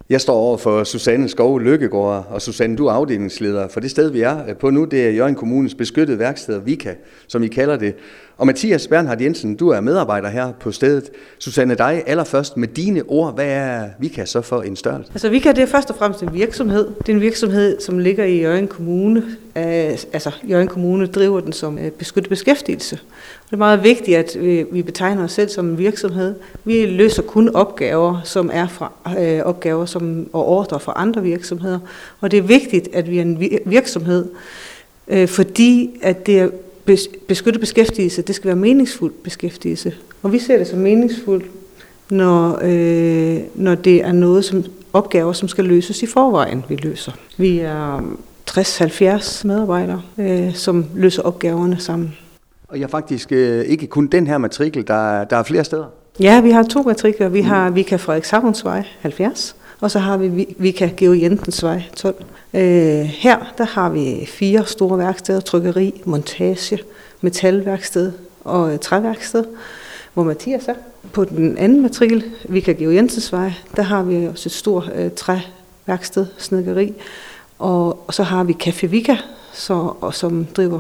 Jeg står over for Susanne Skov Lykkegaard, og Susanne, du er afdelingsleder for det sted, vi er på nu. Det er Hjørring Kommunes beskyttede værksted, VIKA, som I kalder det. Og Mathias Bernhard Jensen, du er medarbejder her på stedet. Susanne, dig allerførst med dine ord. Hvad er VIKA så for en størrelse? Altså VIKA, det er først og fremmest en virksomhed. Det er en virksomhed, som ligger i Hjørring Kommune. Hjørring Kommune driver den som beskyttet beskæftigelse. Det er meget vigtigt, at vi betegner os selv som en virksomhed. Vi løser kun opgaver, som er fra opgaver og ordrer fra andre virksomheder. Og det er vigtigt, at vi er en virksomhed, fordi at det er beskyttet beskæftigelse, det skal være meningsfuld beskæftigelse. Og vi ser det som meningsfuldt, når det er noget som opgaver, som skal løses i forvejen, vi løser. Vi er 60-70 medarbejdere, som løser opgaverne sammen. Og jeg faktisk ikke kun den her matrikel, der er flere steder. Ja, vi har 2 matrikler. Vi har VIKA Frederikshavnsvej 70, og så har vi VIKA Georg Jensensvej 12. Her der har vi 4 store værksteder: trykkeri, montage, metalværksted og træværksted, hvor Mathias er. På den anden matrikel, VIKA Georg Jensensvej, der har vi også et stort træværksted, snedkeri, og så har vi Café VIKA, som driver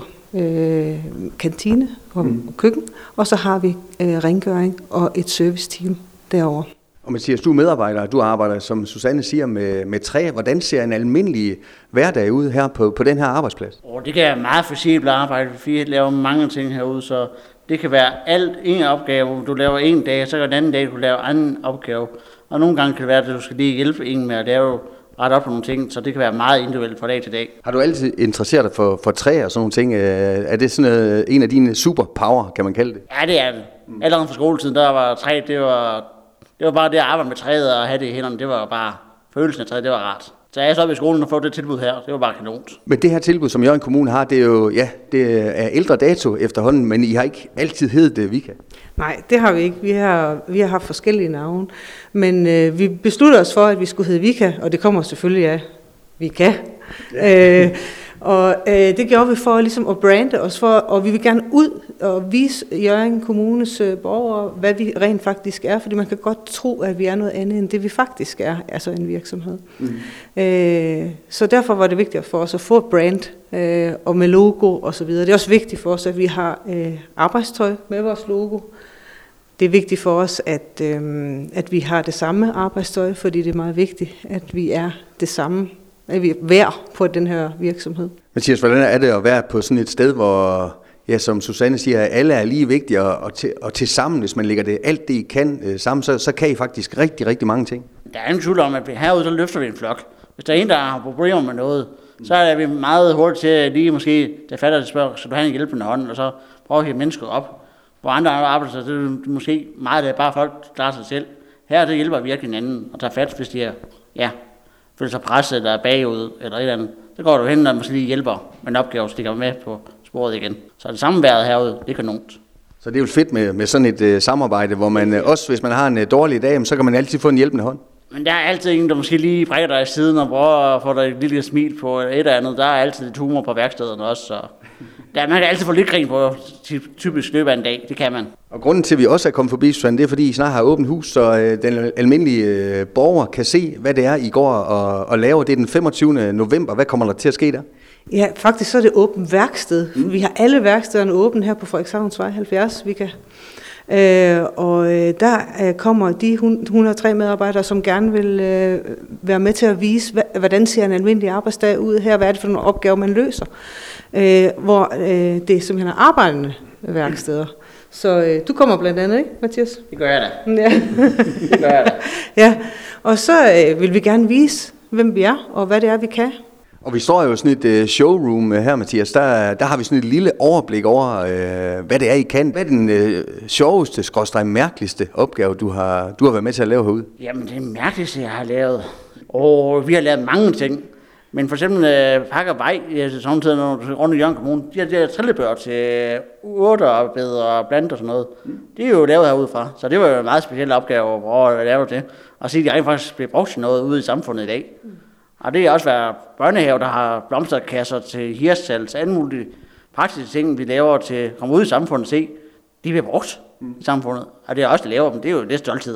kantine og køkken, og så har vi rengøring og et serviceteam derovre. Og Mathias, du er medarbejder, du arbejder, som Susanne siger, med træ. Hvordan ser en almindelig hverdag ud her på den her arbejdsplads? Det kan være meget fleksibelt arbejde, fordi vi laver mange ting herude, så det kan være en opgave, du laver en dag, så kan den anden dag, du laver anden opgave. Og nogle gange kan det være, at du skal lige hjælpe en med at lave ret op på nogle ting, så det kan være meget individuelt fra dag til dag. Har du altid interesseret dig for træ og sådan nogle ting? Er det sådan en af dine superpower, kan man kalde det? Ja, det er det. Allerede fra skoletiden, der var træ, det var bare det at arbejde med træet og have det i hænderne, det var bare følelsen af træet, det var rart. Så jeg er så oppe i skolen og få det tilbud her, det var bare kanon. Men det her tilbud, som Hjørring Kommune har, det er jo, det er ældre dato efterhånden, men I har ikke altid heddet det VIKA. Nej, det har vi ikke. Vi har haft forskellige navne, men vi besluttede os for, at vi skulle hedde VIKA, og det kommer selvfølgelig af VIKA. Ja. Det gjorde vi for ligesom at brande os for, og vi vil gerne ud og vise Hjørring Kommunes borgere, hvad vi rent faktisk er, fordi man kan godt tro, at vi er noget andet end det, vi faktisk er, altså en virksomhed. Så derfor var det vigtigt for os at få et brand, og med logo og så videre. Det er også vigtigt for os, at vi har arbejdstøj med vores logo. Det er vigtigt for os, at vi har det samme arbejdstøj, fordi det er meget vigtigt, at vi er det samme. At vi er værd på den her virksomhed. Mathias, hvordan er det at være på sådan et sted, hvor, ja, som Susanne siger, alle er lige vigtige, og til sammen, hvis man lægger det alt det, I kan sammen, så kan I faktisk rigtig, rigtig mange ting. Der er en tvivl om, at herude, så løfter vi en flok. Hvis der er en, der har problemer med noget, så er vi meget hurtigt til at lige måske tage fat og spørge, så du har en hjælpende hånd, og så prøve at hive mennesker op. Hvor andre arbejder, så det er måske meget, det er bare folk, der klarer sig selv. Her det hjælper virkelig hinanden og tager fat, hvis de er, føler sig presset eller bagud eller et eller andet. Så går du hen og måske lige hjælper med en opgave, så de kommer med på sporet igen. Så det sammenværet herude, det kan nogen. Så det er jo fedt med sådan et samarbejde, hvor man også, hvis man har en dårlig dag, så kan man altid få en hjælpende hånd. Men der er altid en, der måske lige brækker dig i siden og prøver at få dig et lille smil på et eller andet. Der er altid lidt humor på værkstederne også, så man kan altid få lidt grin på typisk løbet af en dag. Det kan man. Og grunden til, at vi også er kommet forbi, Susanne, det er, fordi I snart har åbent hus, så den almindelige borger kan se, hvad det er, I går og laver. Det er den 25. november. Hvad kommer der til at ske der? Ja, faktisk så er det åbent værksted. Vi har alle værkstederne åbent her på Frederikshavnsvej 70, VIKA. Der kommer de 103 medarbejdere, som gerne vil være med til at vise, hvordan ser en almindelig arbejdsdag ud her, hvad er det for nogle opgaver, man løser, hvor det er simpelthen arbejdende værksteder. Så du kommer blandt andet, ikke, Mathias? Det gør jeg da. Ja. Det gør jeg da. Ja, og så vil vi gerne vise, hvem vi er, og hvad det er, vi kan. Og vi står jo sådan et showroom her, Mathias. Der har vi sådan et lille overblik over, hvad det er, I kan. Hvad er den sjoveste, mærkeligste opgave, du har været med til at lave herude? Jamen, det mærkeligste, jeg har lavet. Vi har lavet mange ting. Men for eksempel Pakker Vej, samtidig rundt i Hjørring Kommune, de har der trillebør til urtearbejder og blandt og sådan noget. Det er jo lavet herudefra, så det var jo en meget speciel opgave, hvor jeg lavede det. Og så de rent faktisk bliver brugt til noget ude i samfundet i dag. Og det har også været børnehave, der har blomsterkasser til hirstals, alle mulige praktiske ting, vi laver til at komme ud i samfundet og se, de bliver brugt i samfundet. Og det er også, der laver dem, det er jo det stolthed også.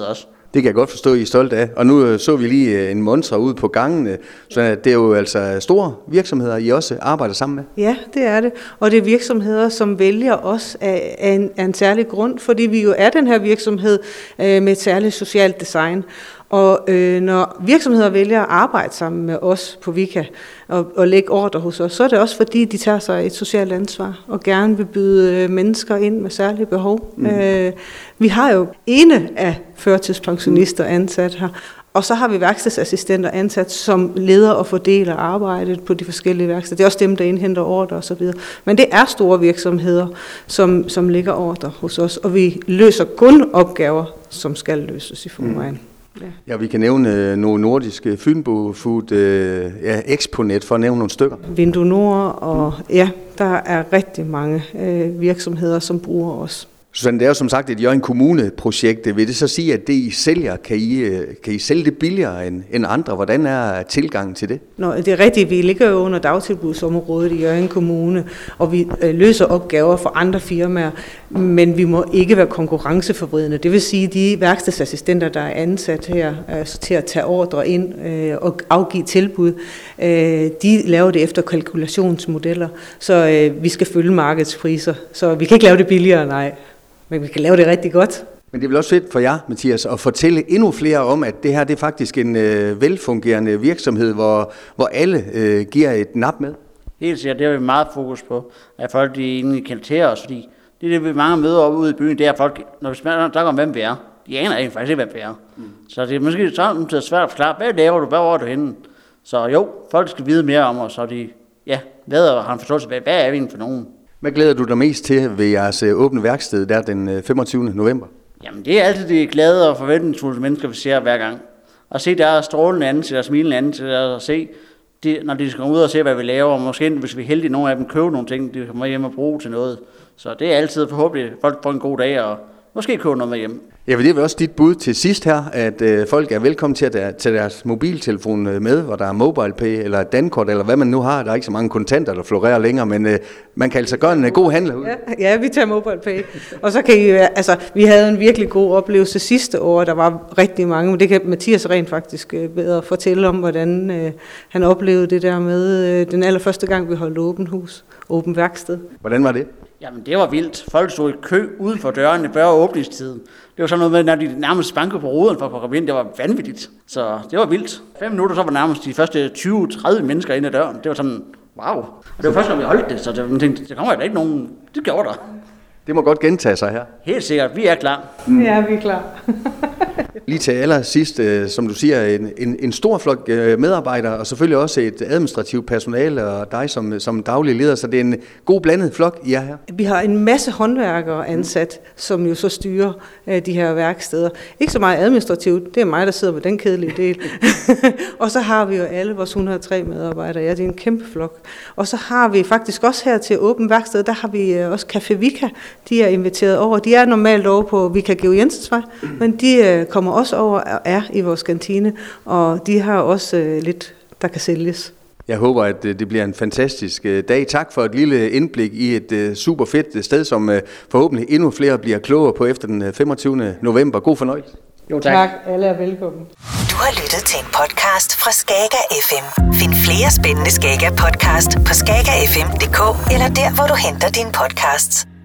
Det kan jeg godt forstå, I er stolte af. Og nu så vi lige en montre ude på gangene, så det er jo altså store virksomheder, I også arbejder sammen med. Ja, det er det. Og det er virksomheder, som vælger os af en særlig grund, fordi vi jo er den her virksomhed med et særligt socialt design. Og når virksomheder vælger at arbejde sammen med os på Vika og lægge ordre hos os, så er det også fordi, de tager sig et socialt ansvar og gerne vil byde mennesker ind med særlige behov. Vi har jo ene af førtidspensionister ansat her, og så har vi værkstedsassistenter ansat, som leder og fordeler arbejdet på de forskellige værksteder. Det er også dem, der indhenter ordre og så videre. Men det er store virksomheder, som lægger ordre hos os, og vi løser kun opgaver, som skal løses i forvejen. Ja, vi kan nævne nogle nordiske Fynbo Food, Exponet, for at nævne nogle stykker. Vindue Nord, og ja, der er rigtig mange virksomheder, som bruger os. Susanne, det er jo som sagt et Hjørring Kommune-projekt. Vil det så sige, at det I sælger, kan I sælge det billigere end andre? Hvordan er tilgangen til det? Nå, det er rigtigt. Vi ligger jo under dagtilbudsområdet i Hjørring Kommune, og vi løser opgaver for andre firmaer, men vi må ikke være konkurrenceforvridende. Det vil sige, at de værkstedsassistenter, der er ansat her til at tage ordre ind og afgive tilbud, de laver det efter kalkulationsmodeller, så vi skal følge markedspriser. Så vi kan ikke lave det billigere, nej. Men vi kan lave det rigtig godt. Men det er vel også fedt for jer, Mathias, at fortælle endnu flere om, at det her det er faktisk en velfungerende virksomhed, hvor alle giver et nap med. Helt sikkert, det har vi meget fokus på, at folk de egentlig kan til os, fordi det er det, vi mange møder op ude i byen, det er folk, når vi snakker om, hvem vi er, de aner egentlig faktisk ikke, hvem vi er. Så det er måske så svært at forklare, hvad laver du, hvor er du henne? Så jo, folk skal vide mere om os, så de ved og har en forståelse af, hvad er vi egentlig for nogen. Hvad glæder du dig mest til ved jeres åbne værksted der den 25. november? Jamen det er altid de glade og forventningsfulde mennesker, vi ser hver gang. Og se deres strålende ansigt og smilende ansigt og se, når de skal ud og se, hvad vi laver. Og måske hvis vi er heldige, nogle af dem køber nogle ting, de kommer hjem og bruge til noget. Så det er altid forhåbentlig, at folk får en god dag og måske køber noget med hjem. Ja, det er vel også dit bud til sidst her, at folk er velkommen til at tage deres mobiltelefon med, hvor der er MobilePay eller Dankort, eller hvad man nu har. Der er ikke så mange kontanter, der florerer længere, men man kan altså gøre en god handel ud. Ja, vi tager MobilePay. Og så kan I, vi havde en virkelig god oplevelse sidste år. Der var rigtig mange, men det kan Mathias rent faktisk bedre fortælle om, hvordan han oplevede det der med den allerførste gang, vi holdt åbent værksted. Hvordan var det? Jamen det var vildt. Folk stod i kø uden for døren i børre åbningstiden. Det var sådan noget med, når de nærmest bankede på ruden for at komme ind. Det var vanvittigt. Så det var vildt. 5 minutter, så var nærmest de første 20-30 mennesker inde ad døren. Det var sådan, wow. Og det var først, når vi holdt det, så jeg tænkte, der kommer jo ikke nogen. Det gjorde der. Det må godt gentage sig her. Helt sikkert. Vi er klar. Ja, vi er klar. Lige til allersidst, som du siger, en stor flok medarbejdere, og selvfølgelig også et administrativt personale, og dig som daglig leder, så det er en god blandet flok, I er her. Vi har en masse håndværkere ansat, som jo så styrer de her værksteder. Ikke så meget administrativt, det er mig, der sidder med den kedelige del. Og så har vi jo alle vores 103 medarbejdere, ja, det er en kæmpe flok. Og så har vi faktisk også her til åben værksted, der har vi også Café Vika, de er inviteret over. De er normalt over på Vika Georg Jensensvej, men de kommer også over og er i vores kantine, og de har også lidt, der kan sælges. Jeg håber, at det bliver en fantastisk dag. Tak for et lille indblik i et super fedt sted, som forhåbentlig endnu flere bliver klogere på efter den 25. november. God fornøjelse. Jo, tak. Tak. Alle er velkommen. Du har lyttet til en podcast fra Skager FM. Find flere spændende Skager podcast på skagerfm.dk eller der, hvor du henter dine podcasts.